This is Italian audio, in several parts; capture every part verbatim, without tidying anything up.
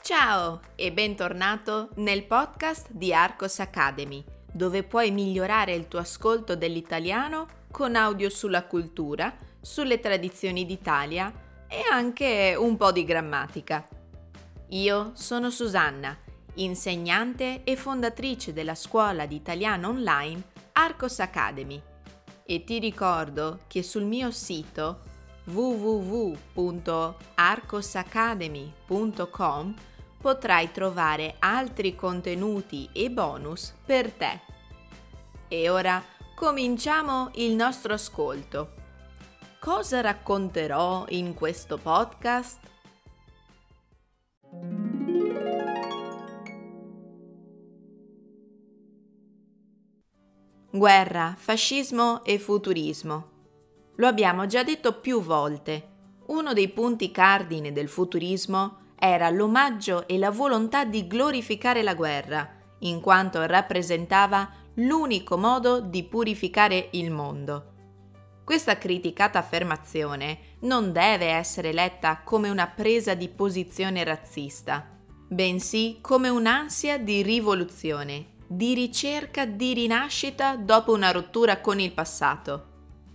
Ciao e bentornato nel podcast di Arcos Academy, dove puoi migliorare il tuo ascolto dell'italiano con audio sulla cultura, sulle tradizioni d'Italia e anche un po' di grammatica. Io sono Susanna, insegnante e fondatrice della scuola di italiano online Arcos Academy e ti ricordo che sul mio sito w w w punto arcosacademy punto com potrai trovare altri contenuti e bonus per te. E ora cominciamo il nostro ascolto. Cosa racconterò in questo podcast? Guerra, fascismo e futurismo. Lo abbiamo già detto più volte. Uno dei punti cardine del futurismo era l'omaggio e la volontà di glorificare la guerra, in quanto rappresentava l'unico modo di purificare il mondo. Questa criticata affermazione non deve essere letta come una presa di posizione razzista, bensì come un'ansia di rivoluzione, di ricerca di rinascita dopo una rottura con il passato.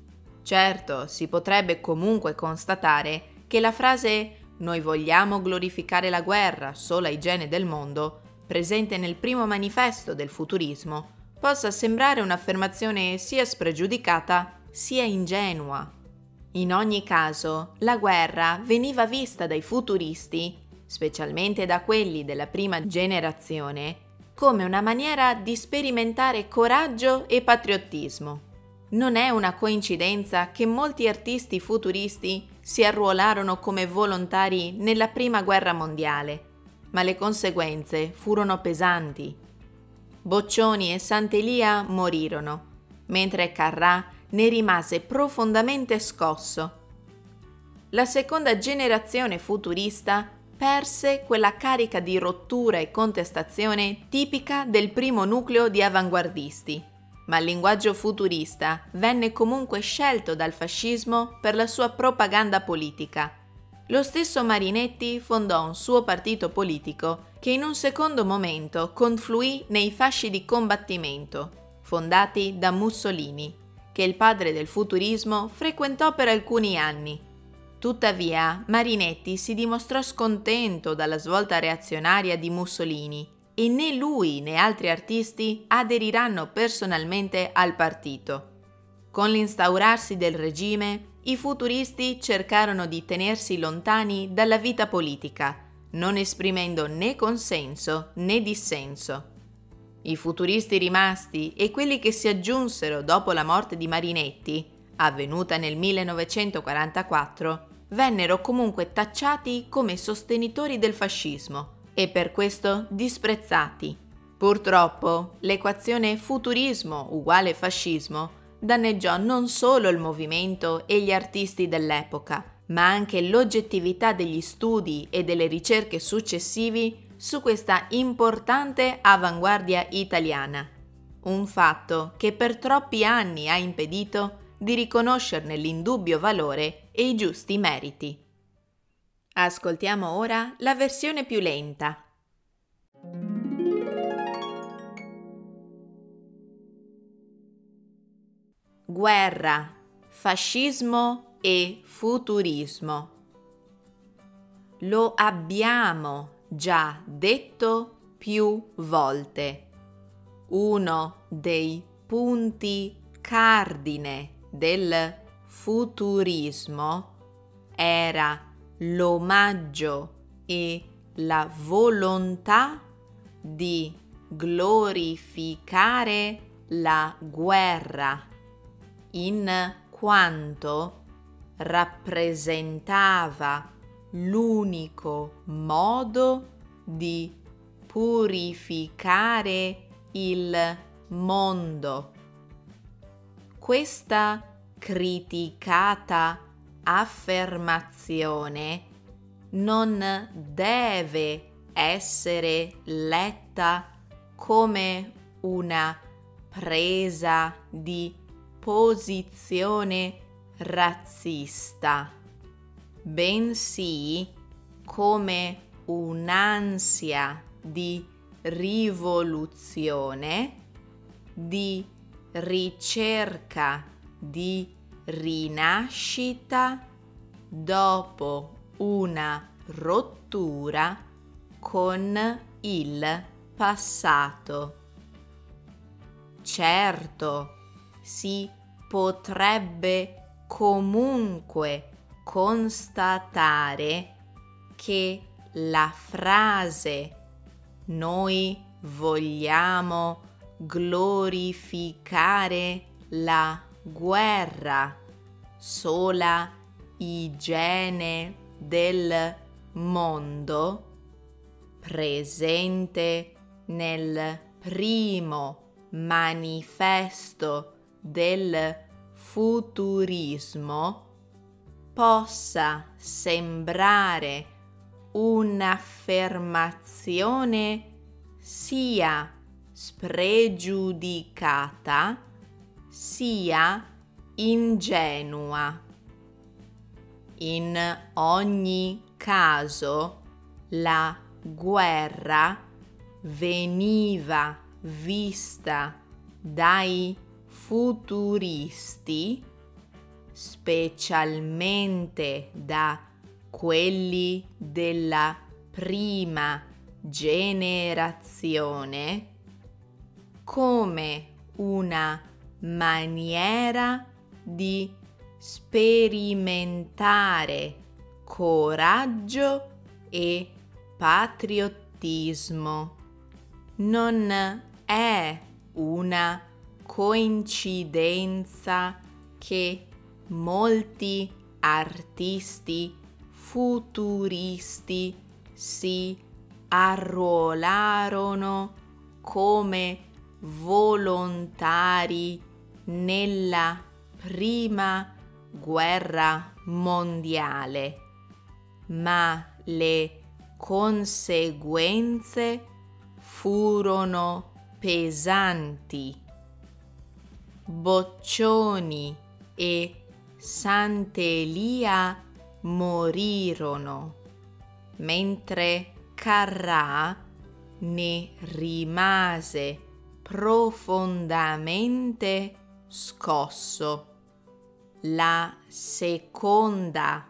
Certo, si potrebbe comunque constatare che la frase «Noi vogliamo glorificare la guerra, sola igiene del mondo», presente nel primo manifesto del futurismo, possa sembrare un'affermazione sia spregiudicata sia ingenua. In ogni caso, la guerra veniva vista dai futuristi, specialmente da quelli della prima generazione, come una maniera di sperimentare coraggio e patriottismo. Non è una coincidenza che molti artisti futuristi si arruolarono come volontari nella Prima Guerra Mondiale, ma le conseguenze furono pesanti. Boccioni e Sant'Elia morirono, mentre Carrà ne rimase profondamente scosso. La seconda generazione futurista perse quella carica di rottura e contestazione tipica del primo nucleo di avanguardisti, ma il linguaggio futurista venne comunque scelto dal fascismo per la sua propaganda politica. Lo stesso Marinetti fondò un suo partito politico che in un secondo momento confluì nei fasci di combattimento, fondati da Mussolini, che il padre del futurismo frequentò per alcuni anni. Tuttavia, Marinetti si dimostrò scontento dalla svolta reazionaria di Mussolini e né lui né altri artisti aderiranno personalmente al partito. Con l'instaurarsi del regime, i futuristi cercarono di tenersi lontani dalla vita politica, non esprimendo né consenso né dissenso. I futuristi rimasti e quelli che si aggiunsero dopo la morte di Marinetti, avvenuta nel millenovecentoquarantaquattro, vennero comunque tacciati come sostenitori del fascismo e per questo disprezzati. Purtroppo, l'equazione futurismo uguale fascismo danneggiò non solo il movimento e gli artisti dell'epoca, ma anche l'oggettività degli studi e delle ricerche successivi su questa importante avanguardia italiana. Un fatto che per troppi anni ha impedito di riconoscerne l'indubbio valore e i giusti meriti. Ascoltiamo ora la versione più lenta. Guerra, fascismo e futurismo. Lo abbiamo già detto più volte. Uno dei punti cardine del futurismo era l'omaggio e la volontà di glorificare la guerra, in quanto rappresentava l'unico modo di purificare il mondo. Questa criticata affermazione non deve essere letta come una presa di posizione razzista, bensì come un'ansia di rivoluzione, di ricerca di rinascita dopo una rottura con il passato. Certo, si potrebbe comunque constatare che la frase "noi vogliamo glorificare la guerra, sola igiene del mondo", presente nel primo manifesto del futurismo, possa sembrare un'affermazione sia spregiudicata sia ingenua. In ogni caso, la guerra veniva vista dai futuristi, specialmente da quelli della prima generazione, come una maniera di sperimentare coraggio e patriottismo. Non è una coincidenza che molti artisti futuristi si arruolarono come volontari nella prima guerra mondiale, ma le conseguenze furono pesanti. Boccioni e Sant'Elia morirono, mentre Carrà ne rimase profondamente scosso. La seconda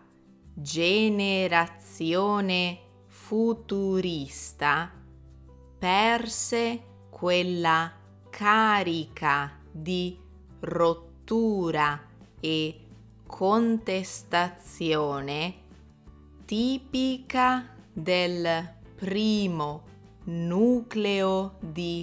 generazione futurista perse quella carica di rottura e contestazione tipica del primo nucleo di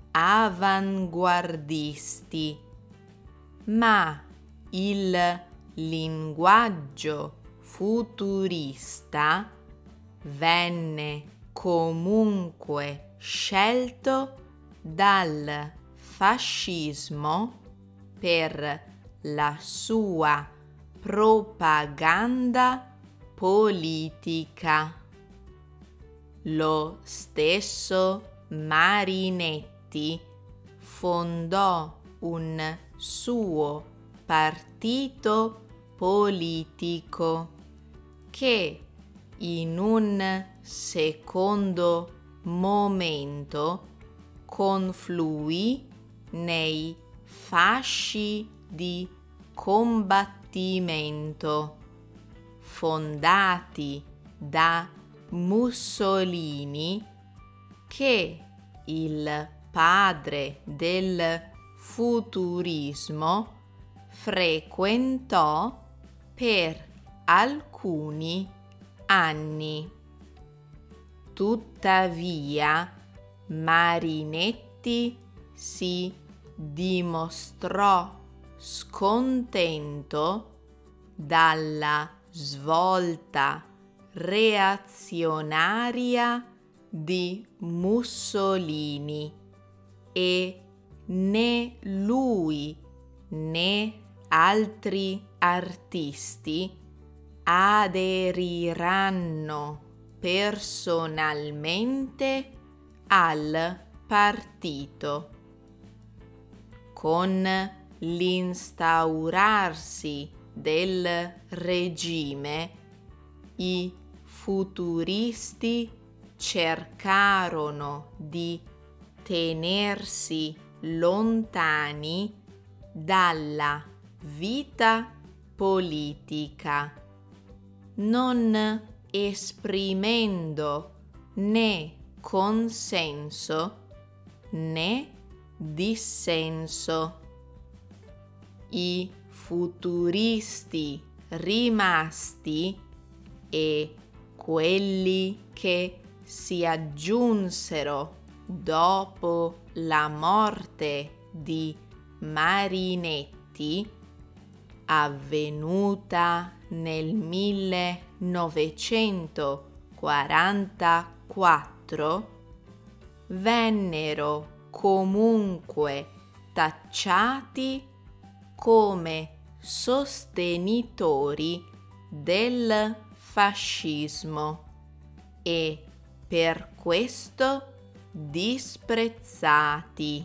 avanguardisti, ma il linguaggio futurista venne comunque scelto dal fascismo per la sua propaganda politica. Lo stesso Marinetti fondò un suo partito politico che in un secondo momento confluì nei fasci di combattimento fondati da Mussolini, che il padre del futurismo frequentò per alcuni anni. Tuttavia, Marinetti si dimostrò scontento dalla svolta reazionaria di Mussolini e né lui né altri artisti aderiranno personalmente al partito. Con l'instaurarsi del regime, i futuristi cercarono di tenersi lontani dalla vita politica, non esprimendo né consenso né dissenso. I futuristi rimasti e quelli che si aggiunsero dopo la morte di Marinetti, avvenuta nel millenovecentoquarantaquattro, vennero comunque tacciati come sostenitori del fascismo e per questo disprezzati.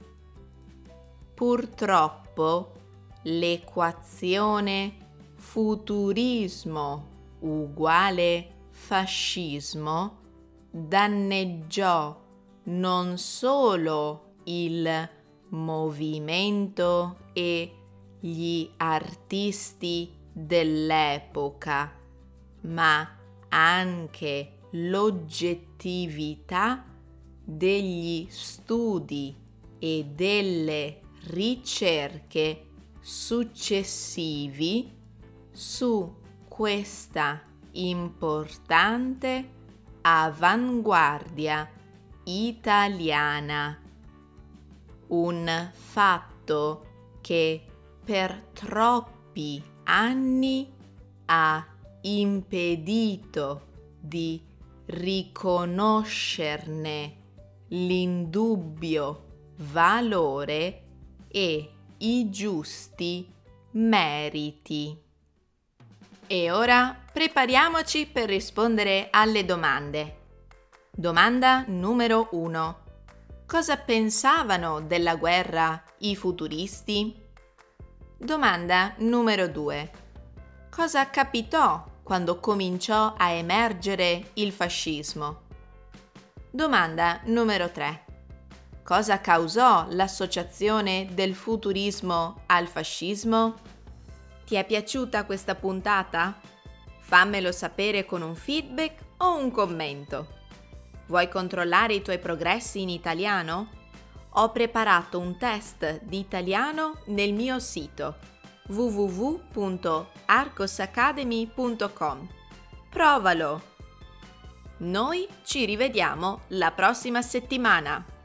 Purtroppo l'equazione futurismo uguale fascismo danneggiò non solo il movimento e gli artisti dell'epoca, ma anche l'oggettività degli studi e delle ricerche successivi su questa importante avanguardia italiana. Un fatto che per troppi anni ha impedito di riconoscerne l'indubbio valore e i giusti meriti. E ora prepariamoci per rispondere alle domande. Domanda numero uno. Cosa pensavano della guerra i futuristi? Domanda numero due. Cosa capitò quando cominciò a emergere il fascismo? Domanda numero tre. Cosa causò l'associazione del futurismo al fascismo? Ti è piaciuta questa puntata? Fammelo sapere con un feedback o un commento. Vuoi controllare i tuoi progressi in italiano? Ho preparato un test di italiano nel mio sito w w w punto arcosacademy punto com. Provalo! Noi ci rivediamo la prossima settimana!